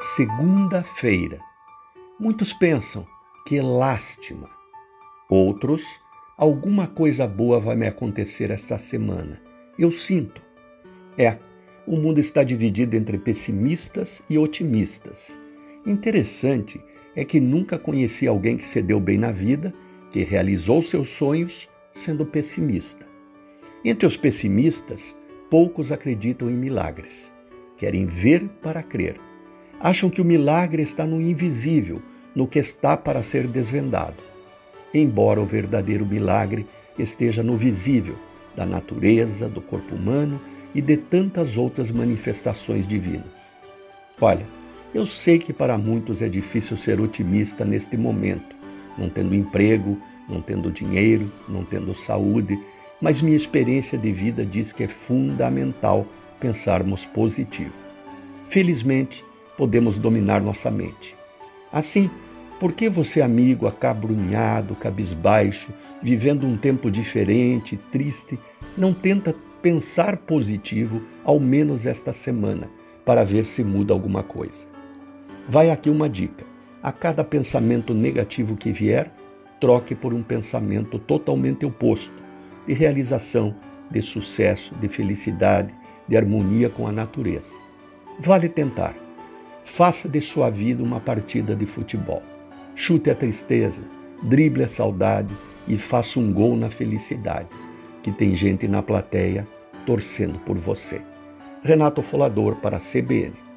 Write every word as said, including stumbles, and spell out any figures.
Segunda-feira. Muitos pensam, que lástima. Outros, alguma coisa boa vai me acontecer esta semana. Eu sinto. É, o mundo está dividido entre pessimistas e otimistas. Interessante é que nunca conheci alguém que se deu bem na vida, que realizou seus sonhos sendo pessimista. Entre os pessimistas, poucos acreditam em milagres. Querem ver para crer. Acham que o milagre está no invisível, no que está para ser desvendado. Embora o verdadeiro milagre esteja no visível, da natureza, do corpo humano e de tantas outras manifestações divinas. Olha, eu sei que para muitos é difícil ser otimista neste momento, não tendo emprego, não tendo dinheiro, não tendo saúde, mas minha experiência de vida diz que é fundamental pensarmos positivo. Felizmente, podemos dominar nossa mente. Assim, por que você, amigo, acabrunhado, cabisbaixo, vivendo um tempo diferente, triste, não tenta pensar positivo, ao menos esta semana, para ver se muda alguma coisa? Vai aqui uma dica. A cada pensamento negativo que vier, troque por um pensamento totalmente oposto, de realização, de sucesso, de felicidade, de harmonia com a natureza. Vale tentar. Faça de sua vida uma partida de futebol. Chute a tristeza, drible a saudade e faça um gol na felicidade, que tem gente na plateia torcendo por você. Renato Folador para a C B N.